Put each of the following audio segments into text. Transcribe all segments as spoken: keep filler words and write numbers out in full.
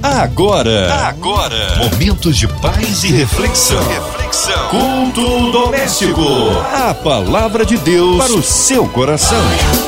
Agora, agora, momentos de paz e reflexão. Reflexão. Culto doméstico. A palavra de Deus para o seu coração.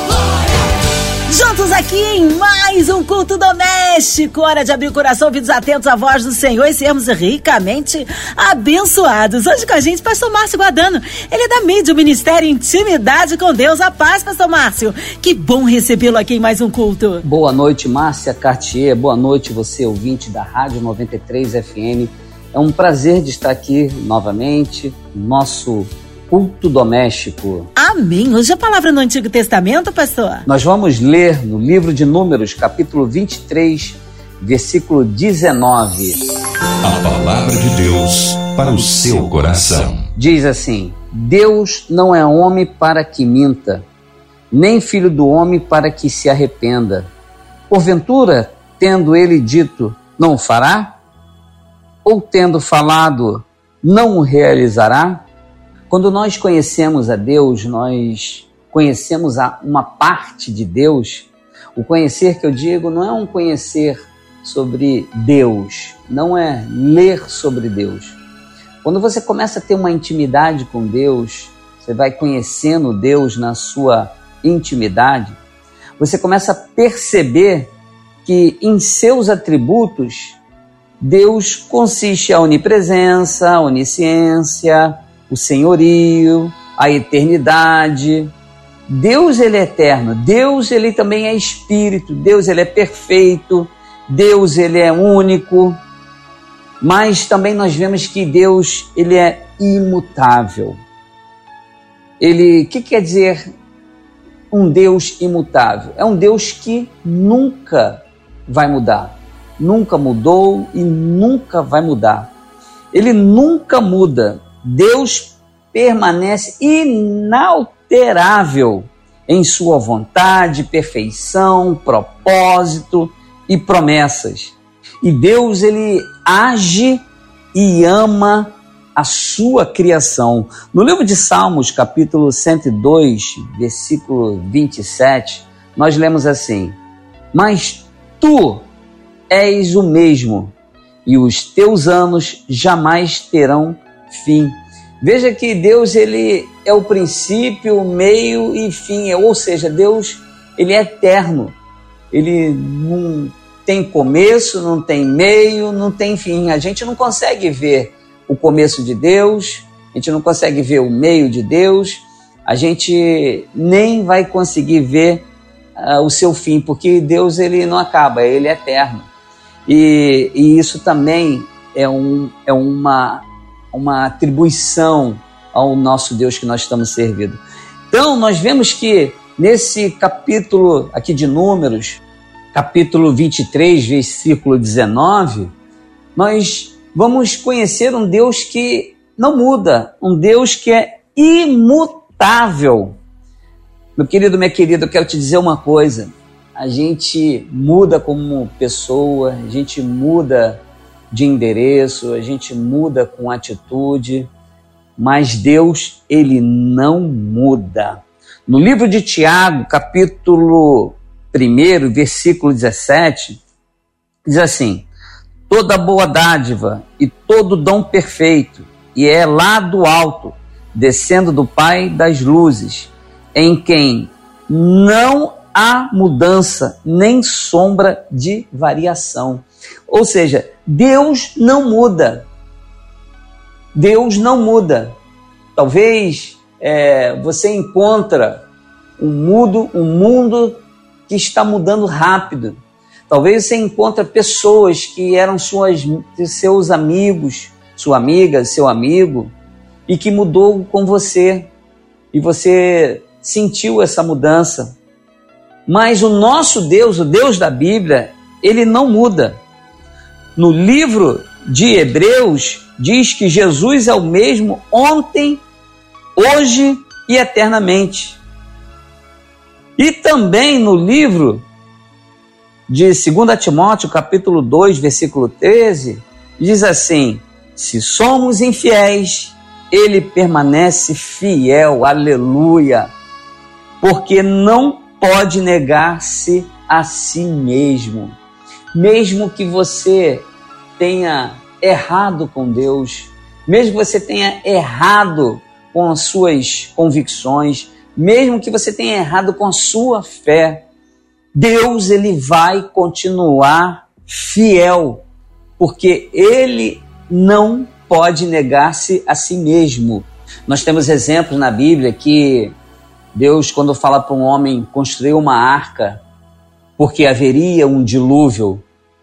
Juntos aqui em mais um culto doméstico. Hora de abrir o coração, ouvidos atentos à voz do Senhor e sermos ricamente abençoados. Hoje com a gente, pastor Márcio Guadano. Ele é da mídia, o Ministério Intimidade com Deus. A paz, pastor Márcio. Que bom recebê-lo aqui em mais um culto. Boa noite, Márcia Cartier. Boa noite, você ouvinte da Rádio noventa e três F M. É um prazer de estar aqui novamente, nosso culto doméstico. Amém. Hoje a palavra no Antigo Testamento, pastor? Nós vamos ler no livro de Números, capítulo vinte e três, versículo dezenove. A palavra de Deus para o seu coração. Diz assim: Deus não é homem para que minta, nem filho do homem para que se arrependa. Porventura, tendo ele dito, não o fará? Ou tendo falado, não o realizará? Quando nós conhecemos a Deus, nós conhecemos a uma parte de Deus. O conhecer que eu digo não é um conhecer sobre Deus, não é ler sobre Deus. Quando você começa a ter uma intimidade com Deus, você vai conhecendo Deus na sua intimidade, você começa a perceber que em seus atributos, Deus consiste a onipresença, a onisciência, o senhorio, a eternidade. Deus, ele é eterno. Deus, ele também é espírito. Deus, ele é perfeito. Deus, ele é único. Mas também nós vemos que Deus, ele é imutável. Ele, o que quer dizer um Deus imutável? É um Deus que nunca vai mudar. Nunca mudou e nunca vai mudar. Ele nunca muda. Deus permanece inalterável em sua vontade, perfeição, propósito e promessas. E Deus, ele age e ama a sua criação. No livro de Salmos, capítulo cento e dois, versículo vinte e sete, nós lemos assim: Mas tu és o mesmo, e os teus anos jamais terão fim. Veja que Deus, ele é o princípio, o meio e fim, ou seja, Deus, ele é eterno, ele não tem começo, não tem meio, não tem fim. A gente não consegue ver o começo de Deus, a gente não consegue ver o meio de Deus, a gente nem vai conseguir ver uh, o seu fim, porque Deus, ele não acaba, ele é eterno. E, e isso também é, um, é uma, uma atribuição ao nosso Deus que nós estamos servindo. Então, nós vemos que nesse capítulo aqui de Números, capítulo vinte e três, versículo dezenove, nós vamos conhecer um Deus que não muda, um Deus que é imutável. Meu querido, minha querida, eu quero te dizer uma coisa. A gente muda como pessoa, a gente muda de endereço, a gente muda com atitude, mas Deus, ele não muda. No livro de Tiago, capítulo um, versículo dezessete, diz assim: toda boa dádiva e todo dom perfeito, e é lá do alto, descendo do Pai das luzes, em quem não há mudança, nem sombra de variação. Ou seja, Deus não muda. Deus não muda. Talvez é, você encontra um mundo, um mundo que está mudando rápido. Talvez você encontre pessoas que eram suas, seus amigos, sua amiga, seu amigo, e que mudou com você. E você sentiu essa mudança. Mas o nosso Deus, o Deus da Bíblia, ele não muda. No livro de Hebreus, diz que Jesus é o mesmo ontem, hoje e eternamente. E também no livro de dois Timóteo, capítulo dois, versículo treze, diz assim: se somos infiéis, ele permanece fiel, aleluia, porque não pode negar-se a si mesmo. mesmo que você tenha errado com Deus, mesmo que você tenha errado com as suas convicções, mesmo que você tenha errado com a sua fé, Deus ele vai continuar fiel, porque ele não pode negar-se a si mesmo. Nós temos exemplos na Bíblia que Deus, quando fala para um homem construir uma arca, porque haveria um dilúvio,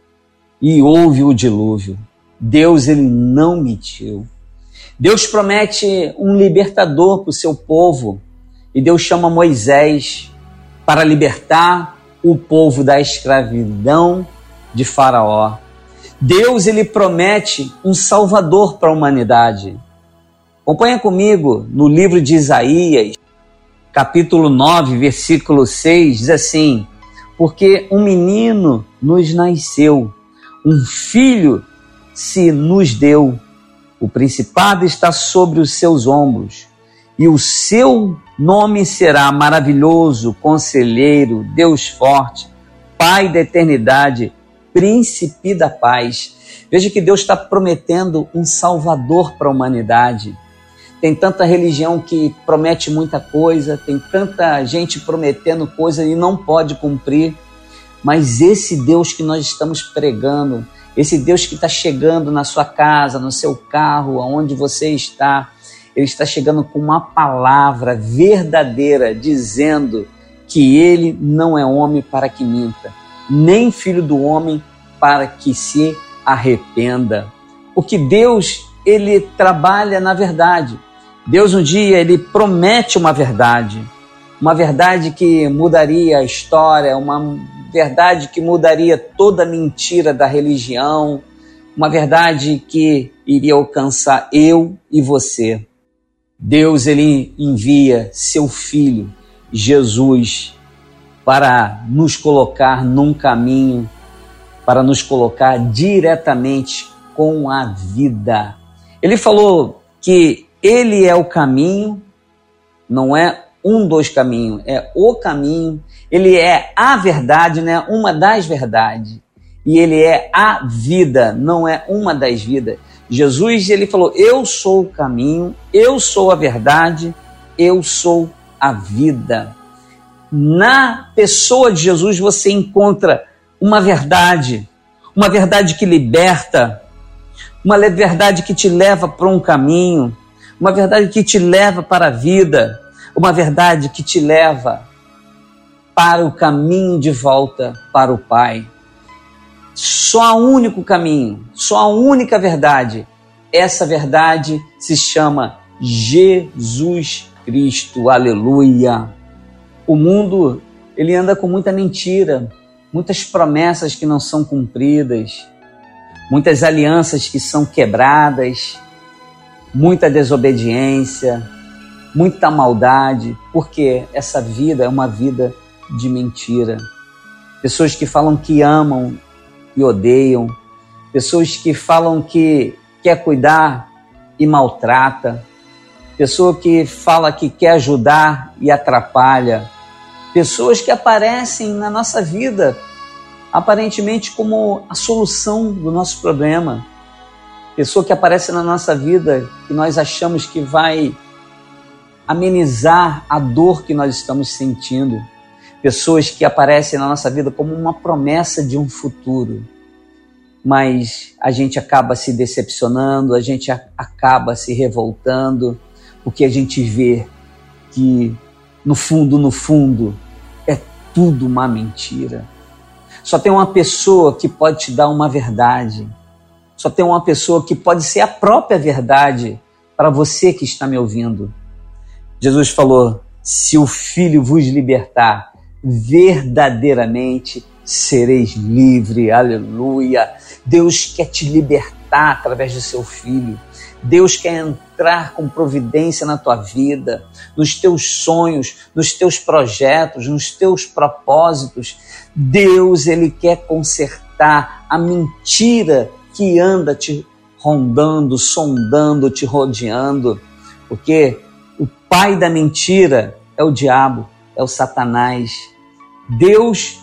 e houve o dilúvio, Deus ele não mentiu. Deus promete um libertador para o seu povo, e Deus chama Moisés para libertar o povo da escravidão de Faraó. Deus ele promete um salvador para a humanidade. Acompanha comigo no livro de Isaías, capítulo nove, versículo seis, diz assim: porque um menino nos nasceu, um filho se nos deu, o principado está sobre os seus ombros, e o seu nome será maravilhoso, conselheiro, Deus forte, Pai da eternidade, príncipe da paz. Veja que Deus está prometendo um salvador para a humanidade. Tem tanta religião que promete muita coisa, tem tanta gente prometendo coisa e não pode cumprir, mas esse Deus que nós estamos pregando, esse Deus que está chegando na sua casa, no seu carro, aonde você está, ele está chegando com uma palavra verdadeira, dizendo que ele não é homem para que minta, nem filho do homem para que se arrependa. Porque Deus, ele trabalha na verdade. Deus um dia, ele promete uma verdade, uma verdade que mudaria a história, uma verdade que mudaria toda a mentira da religião, uma verdade que iria alcançar eu e você. Deus, ele envia seu Filho, Jesus, para nos colocar num caminho, para nos colocar diretamente com a vida. Ele falou que ele é o caminho, não é um dos caminhos, é o caminho. Ele é a verdade, né? Uma das verdades. E ele é a vida, não é uma das vidas. Jesus, ele falou, eu sou o caminho, eu sou a verdade, eu sou a vida. Na pessoa de Jesus você encontra uma verdade, uma verdade que liberta, uma verdade que te leva para um caminho, uma verdade que te leva para a vida, uma verdade que te leva para o caminho de volta para o Pai. Só há um único caminho, só a única verdade. Essa verdade se chama Jesus Cristo. Aleluia! O mundo, ele anda com muita mentira, muitas promessas que não são cumpridas, muitas alianças que são quebradas, muita desobediência, muita maldade, porque essa vida é uma vida de mentira. Pessoas que falam que amam e odeiam, pessoas que falam que quer cuidar e maltrata, pessoa que fala que quer ajudar e atrapalha, pessoas que aparecem na nossa vida aparentemente como a solução do nosso problema, pessoa que aparece na nossa vida que nós achamos que vai amenizar a dor que nós estamos sentindo, pessoas que aparecem na nossa vida como uma promessa de um futuro, mas a gente acaba se decepcionando, a gente a- acaba se revoltando, porque a gente vê que no fundo, no fundo, é tudo uma mentira. Só tem uma pessoa que pode te dar uma verdade, só tem uma pessoa que pode ser a própria verdade para você que está me ouvindo. Jesus falou, se o Filho vos libertar, verdadeiramente sereis livre, aleluia. Deus quer te libertar através do seu Filho. Deus quer entrar com providência na tua vida, nos teus sonhos, nos teus projetos, nos teus propósitos. Deus, ele quer consertar a mentira que anda te rondando, sondando, te rodeando, porque o pai da mentira é o diabo, é o Satanás. Deus,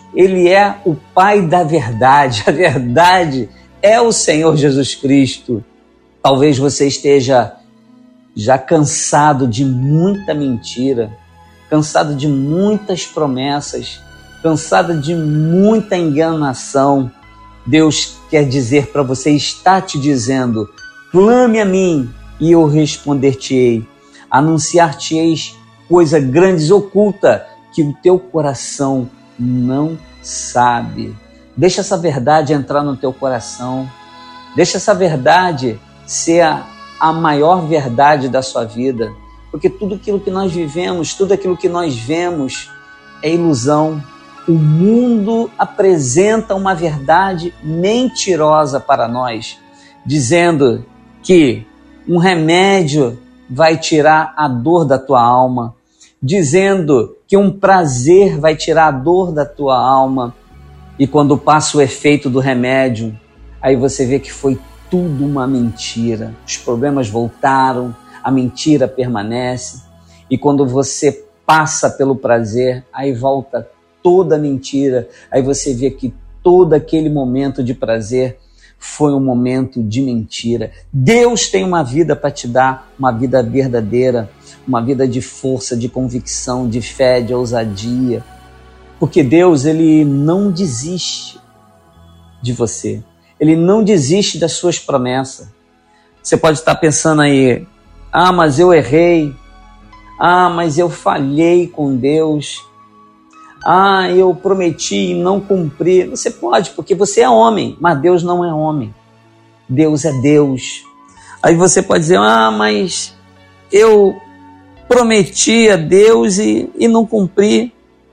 ele é o Pai da verdade. A verdade é o Senhor Jesus Cristo. Talvez você esteja já cansado de muita mentira, cansado de muitas promessas, cansado de muita enganação. Deus quer dizer para você, está te dizendo: clame a mim e eu responder-te-ei. Anunciar-te-eis coisa grandes oculta que o teu coração não sabe. Deixa essa verdade entrar no teu coração. Deixa essa verdade ser a, a maior verdade da sua vida. Porque tudo aquilo que nós vivemos, tudo aquilo que nós vemos é ilusão. O mundo apresenta uma verdade mentirosa para nós, dizendo que um remédio vai tirar a dor da tua alma, dizendo que um prazer vai tirar a dor da tua alma. E quando passa o efeito do remédio, aí você vê que foi tudo uma mentira. Os problemas voltaram, a mentira permanece. E quando você passa pelo prazer, aí volta toda a mentira. Aí você vê que todo aquele momento de prazer foi um momento de mentira. Deus tem uma vida para te dar, uma vida verdadeira, uma vida de força, de convicção, de fé, de ousadia. Porque Deus, ele não desiste de você. Ele não desiste das suas promessas. Você pode estar pensando aí: ah, mas eu errei. Ah, mas eu falhei com Deus. Ah, eu prometi e não cumpri. Você pode, porque você é homem, mas Deus não é homem. Deus é Deus. Aí você pode dizer: ah, mas eu prometi a Deus e, e não cumpri.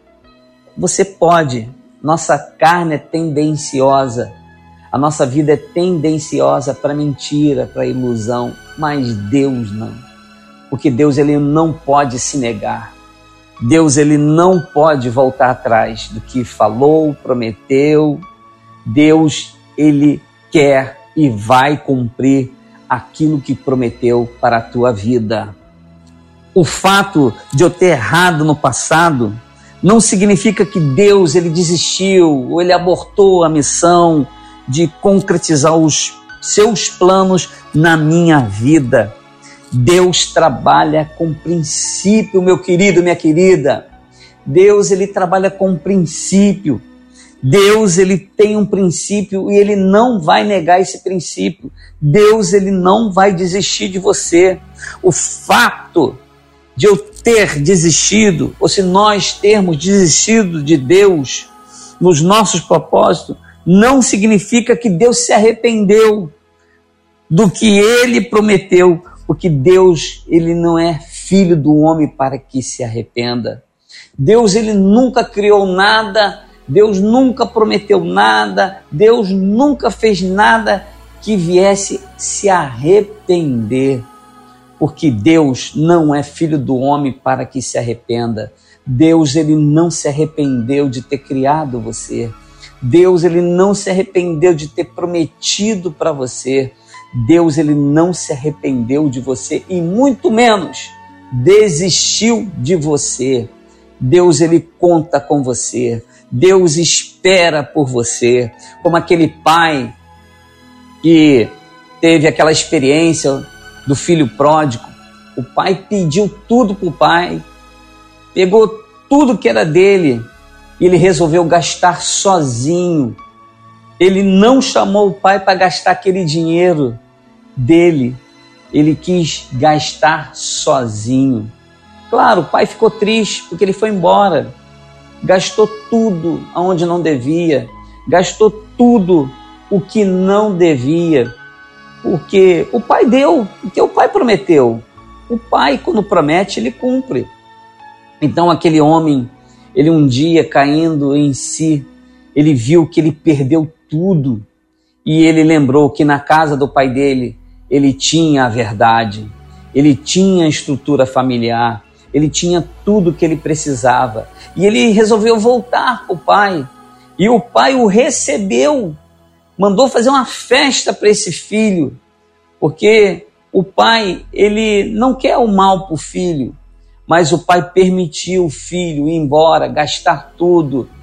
Você pode. Nossa carne é tendenciosa. A nossa vida é tendenciosa para mentira, para ilusão. Mas Deus não. Porque Deus, ele não pode se negar. Deus, ele não pode voltar atrás do que falou, prometeu. Deus, ele quer e vai cumprir aquilo que prometeu para a tua vida. O fato de eu ter errado no passado não significa que Deus, ele desistiu ou ele abortou a missão de concretizar os seus planos na minha vida. Deus trabalha com princípio, meu querido, minha querida. Deus, ele trabalha com princípio. Deus, ele tem um princípio e ele não vai negar esse princípio. Deus, ele não vai desistir de você. O fato de eu ter desistido, ou se nós termos desistido de Deus nos nossos propósitos, não significa que Deus se arrependeu do que ele prometeu. Porque Deus, ele não é filho do homem para que se arrependa. Deus, ele nunca criou nada, Deus nunca prometeu nada, Deus nunca fez nada que viesse se arrepender. Porque Deus não é filho do homem para que se arrependa. Deus, ele não se arrependeu de ter criado você. Deus, ele não se arrependeu de ter prometido para você. Deus, ele não se arrependeu de você e muito menos desistiu de você. Deus, ele conta com você. Deus espera por você. Como aquele pai que teve aquela experiência do filho pródigo. O pai pediu tudo para o pai, pegou tudo que era dele e ele resolveu gastar sozinho. Ele não chamou o pai para gastar aquele dinheiro dele, ele quis gastar sozinho. Claro, o pai ficou triste porque ele foi embora, gastou tudo aonde não devia, gastou tudo o que não devia, porque o pai deu, porque o pai prometeu. O pai, quando promete, ele cumpre. Então aquele homem, ele um dia caindo em si, ele viu que ele perdeu tudo e ele lembrou que na casa do pai dele ele tinha a verdade, ele tinha a estrutura familiar, ele tinha tudo que ele precisava. E ele resolveu voltar para o pai. E o pai o recebeu, mandou fazer uma festa para esse filho, porque o pai, ele não quer o mal para o filho, mas o pai permitiu o filho ir embora, gastar tudo.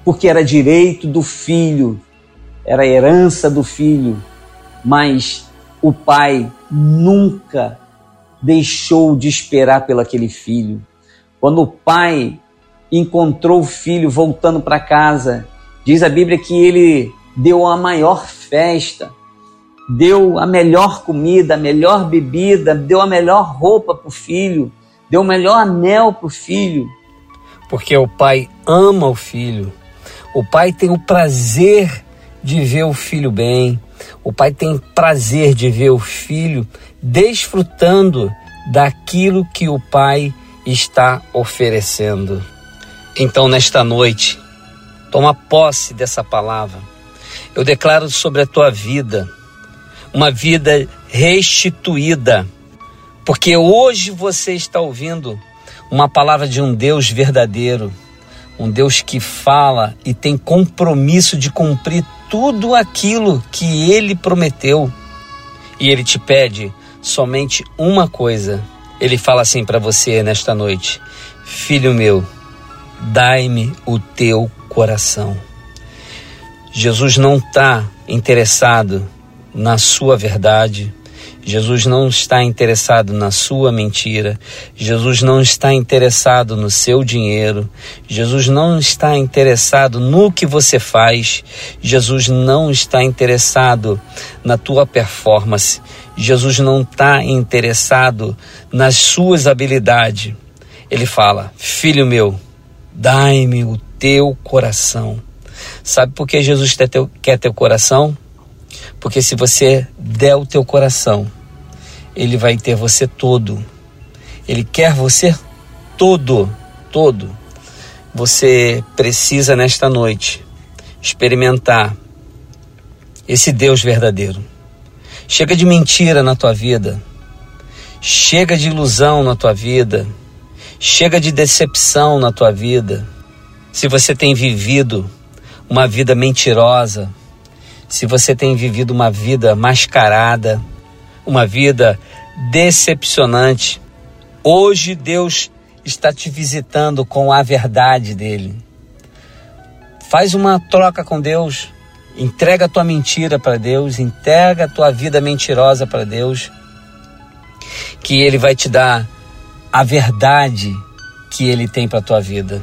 porque era direito do filho, era herança do filho, mas o pai nunca deixou de esperar pelo aquele filho. Quando o pai encontrou o filho voltando para casa, diz a Bíblia que ele deu a maior festa, deu a melhor comida, a melhor bebida, deu a melhor roupa para o filho, deu o melhor anel para o filho. Porque o pai ama o filho, o pai tem o prazer de ver o filho bem, o pai tem prazer de ver o filho desfrutando daquilo que o pai está oferecendo. Então, nesta noite, toma posse dessa palavra. Eu declaro sobre a tua vida uma vida restituída, porque hoje você está ouvindo uma palavra de um Deus verdadeiro, um Deus que fala e tem compromisso de cumprir tudo aquilo que Ele prometeu. E Ele te pede somente uma coisa. Ele fala assim para você nesta noite: filho meu, dai-me o teu coração. Jesus não está interessado na sua verdade. Jesus não está interessado na sua mentira. Jesus não está interessado no seu dinheiro. Jesus não está interessado no que você faz. Jesus não está interessado na tua performance. Jesus não está interessado nas suas habilidades. Ele fala: filho meu, dai-me o teu coração. Sabe por que Jesus quer teu coração? Porque se você der o teu coração, Ele vai ter você todo. Ele quer você todo, todo. Você precisa nesta noite experimentar esse Deus verdadeiro. Chega de mentira na tua vida. Chega de ilusão na tua vida. Chega de decepção na tua vida. Se você tem vivido uma vida mentirosa, se você tem vivido uma vida mascarada, uma vida decepcionante, hoje Deus está te visitando com a verdade dele. Faz uma troca com Deus, entrega a tua mentira para Deus, entrega a tua vida mentirosa para Deus, que Ele vai te dar a verdade que Ele tem para a tua vida.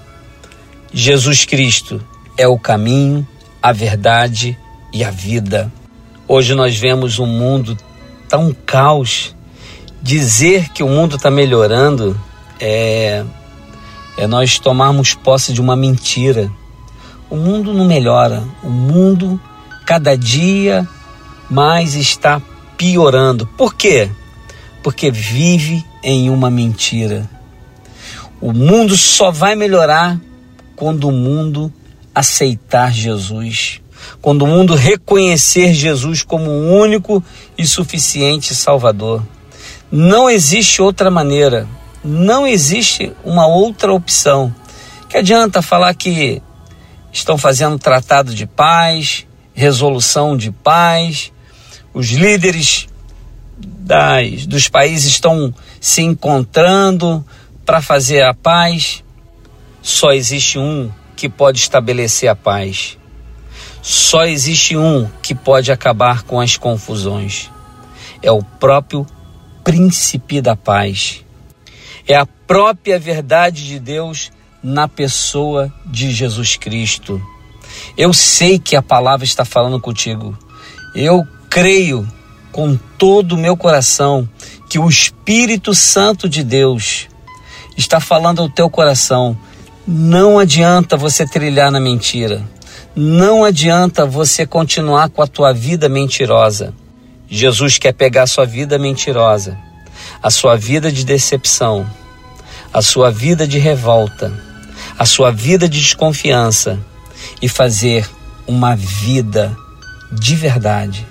Jesus Cristo é o caminho, a verdade e a vida. Hoje nós vemos um mundo tão caos. Dizer que o mundo está melhorando é, é nós tomarmos posse de uma mentira. O mundo não melhora. O mundo cada dia mais está piorando. Por quê? Porque vive em uma mentira. O mundo só vai melhorar quando o mundo aceitar Jesus, quando o mundo reconhecer Jesus como o único e suficiente Salvador. Não existe outra maneira, não existe uma outra opção. Que adianta falar que estão fazendo tratado de paz, resolução de paz, os líderes das, dos países estão se encontrando para fazer a paz. Só existe um que pode estabelecer a paz. Só existe um que pode acabar com as confusões. É o próprio príncipe da paz. É a própria verdade de Deus na pessoa de Jesus Cristo. Eu sei que a palavra está falando contigo. Eu creio com todo o meu coração que o Espírito Santo de Deus está falando ao teu coração. Não adianta você trilhar na mentira. Não adianta você continuar com a tua vida mentirosa. Jesus quer pegar a sua vida mentirosa, a sua vida de decepção, a sua vida de revolta, a sua vida de desconfiança e fazer uma vida de verdade.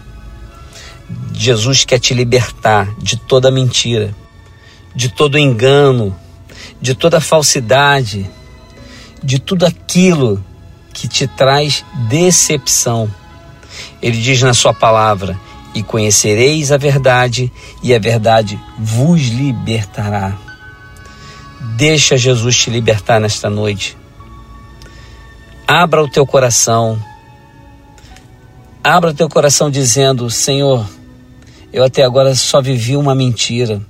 Jesus quer te libertar de toda mentira, de todo engano, de toda falsidade, de tudo aquilo que te traz decepção. Ele diz na sua palavra: e conhecereis a verdade, e a verdade vos libertará. Deixa Jesus te libertar nesta noite. Abra o teu coração. Abra o teu coração dizendo: Senhor, eu até agora só vivi uma mentira.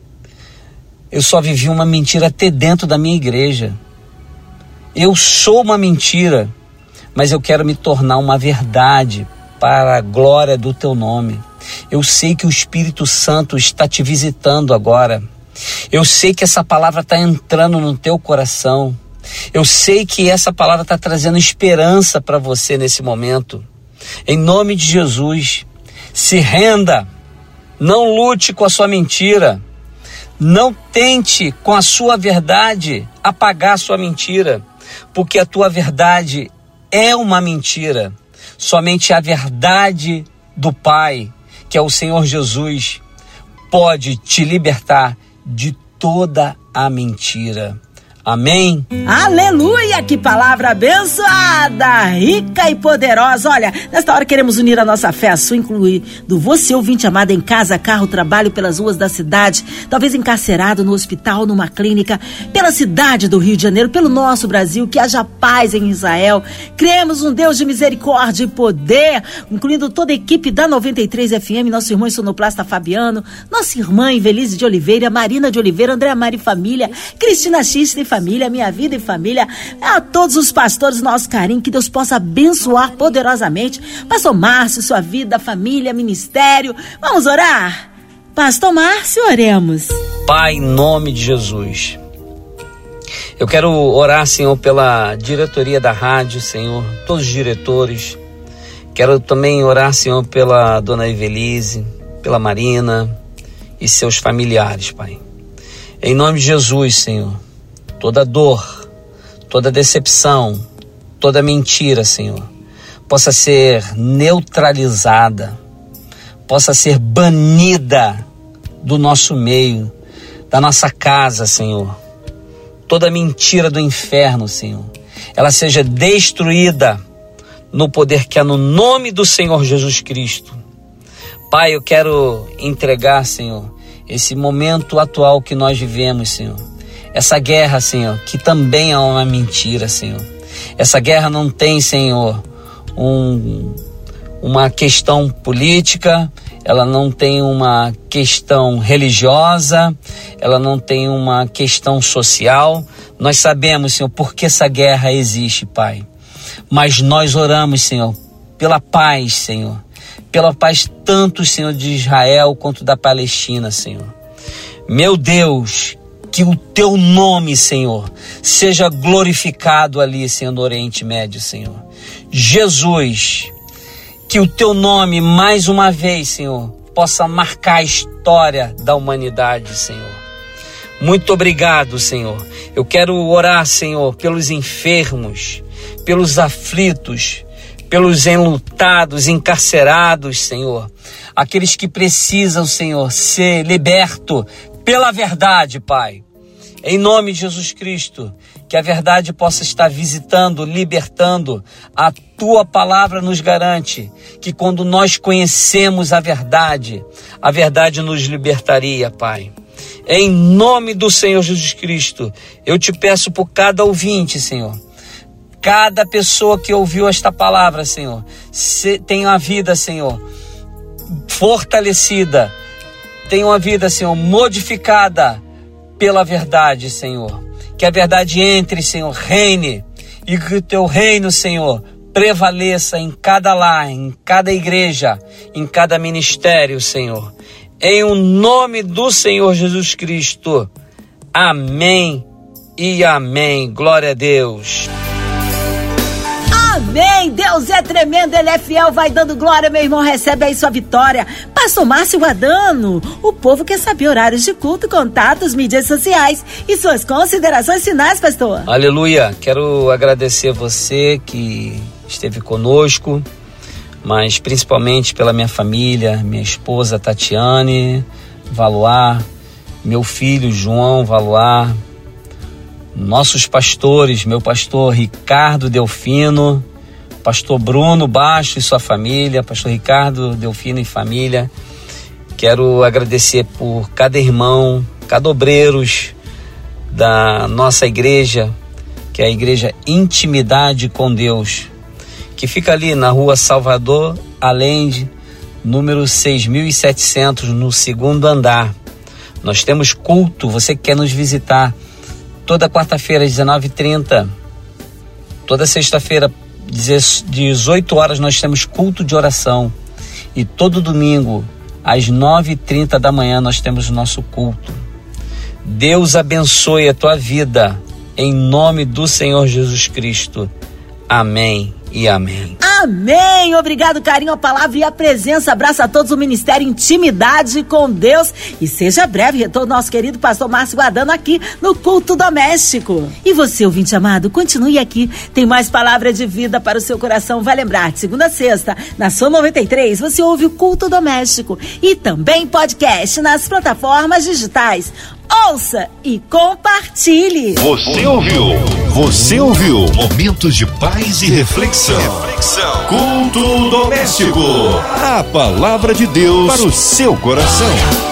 Eu só vivi uma mentira até dentro da minha igreja. Eu sou uma mentira, mas eu quero me tornar uma verdade para a glória do teu nome. Eu sei que o Espírito Santo está te visitando agora. Eu sei que essa palavra está entrando no teu coração. Eu sei que essa palavra está trazendo esperança para você nesse momento. Em nome de Jesus, se renda. Não lute com a sua mentira. Não tente com a sua verdade apagar a sua mentira, porque a tua verdade é uma mentira. Somente a verdade do Pai, que é o Senhor Jesus, pode te libertar de toda a mentira. Amém? Aleluia! Que palavra abençoada, rica e poderosa. Olha, nesta hora queremos unir a nossa fé, a sua, incluindo você, ouvinte amado, em casa, carro, trabalho, pelas ruas da cidade, talvez encarcerado no hospital, numa clínica, pela cidade do Rio de Janeiro, pelo nosso Brasil, que haja paz em Israel. Cremos um Deus de misericórdia e poder, incluindo toda a equipe da noventa e três F M, nosso irmão sonoplasta Fabiano, nossa irmã Invelise de Oliveira, Marina de Oliveira, André Mari Família, Cristina Xista e Família, Minha Vida e Família, a todos os pastores, nosso carinho, que Deus possa abençoar poderosamente. Pastor Márcio, sua vida, família, ministério. Vamos orar? Pastor Márcio, oremos. Pai, em nome de Jesus, eu quero orar, Senhor, pela diretoria da rádio, Senhor, todos os diretores. Quero também orar, Senhor, pela dona Invelise, pela Marina e seus familiares, Pai. Em nome de Jesus, Senhor, toda dor, toda decepção, toda mentira, Senhor, possa ser neutralizada, possa ser banida do nosso meio, da nossa casa, Senhor. Toda mentira do inferno, Senhor, ela seja destruída no poder que há no nome do Senhor Jesus Cristo. Pai, eu quero entregar, Senhor, esse momento atual que nós vivemos, Senhor. Essa guerra, Senhor, que também é uma mentira, Senhor. Essa guerra não tem, Senhor, um, uma questão política, ela não tem uma questão religiosa, ela não tem uma questão social. Nós sabemos, Senhor, por que essa guerra existe, Pai. Mas nós oramos, Senhor, pela paz, Senhor. Pela paz tanto, Senhor, de Israel quanto da Palestina, Senhor. Meu Deus, que o teu nome, Senhor, seja glorificado ali, Senhor, no Oriente Médio, Senhor. Jesus, que o teu nome, mais uma vez, Senhor, possa marcar a história da humanidade, Senhor. Muito obrigado, Senhor. Eu quero orar, Senhor, pelos enfermos, pelos aflitos, pelos enlutados, encarcerados, Senhor. Aqueles que precisam, Senhor, ser libertos pela verdade, Pai. Em nome de Jesus Cristo, que a verdade possa estar visitando, libertando. A tua palavra nos garante que quando nós conhecemos a verdade, a verdade nos libertaria, Pai. Em nome do Senhor Jesus Cristo, eu te peço por cada ouvinte, Senhor. Cada pessoa que ouviu esta palavra, Senhor, tenha a vida, Senhor, fortalecida. Tenha uma vida, Senhor, modificada pela verdade, Senhor. Que a verdade entre, Senhor, reine. E que o teu reino, Senhor, prevaleça em cada lar, em cada igreja, em cada ministério, Senhor. Em o nome do Senhor Jesus Cristo. Amém e amém. Glória a Deus. Amém, Deus é tremendo, Ele é fiel, vai dando glória, meu irmão, recebe aí sua vitória. Pastor Márcio Adano, o povo quer saber horários de culto, contatos, mídias sociais e suas considerações finais, pastor. Aleluia, quero agradecer você que esteve conosco, mas principalmente pela minha família, minha esposa Tatiane Valuar, meu filho João Valuar, nossos pastores, meu pastor Ricardo Delfino, pastor Bruno Baixo e sua família, pastor Ricardo Delfino e família. Quero agradecer por cada irmão, cada obreiros da nossa igreja, que é a igreja Intimidade com Deus, que fica ali na rua Salvador Allende, número seis mil e setecentos, no segundo andar. Nós temos culto, você que quer nos visitar, toda quarta-feira às dezenove e trinta, toda sexta-feira às dezoito horas nós temos culto de oração, e todo domingo às nove e trinta da manhã nós temos o nosso culto. Deus abençoe a tua vida, em nome do Senhor Jesus Cristo. Amém e amém. Amém! Obrigado, carinho, a palavra e a presença. Abraço a todos o Ministério Intimidade com Deus. E seja breve retorno nosso querido pastor Márcio Guadano aqui no Culto Doméstico. E você, ouvinte amado, continue aqui. Tem mais palavra de vida para o seu coração. Vai lembrar, de segunda a sexta, na Som noventa e três, você ouve o Culto Doméstico. E também podcast nas plataformas digitais. Ouça e compartilhe. Você ouviu? Você ouviu? Momentos de paz e reflexão. Reflexão. Culto doméstico. A palavra de Deus para o seu coração.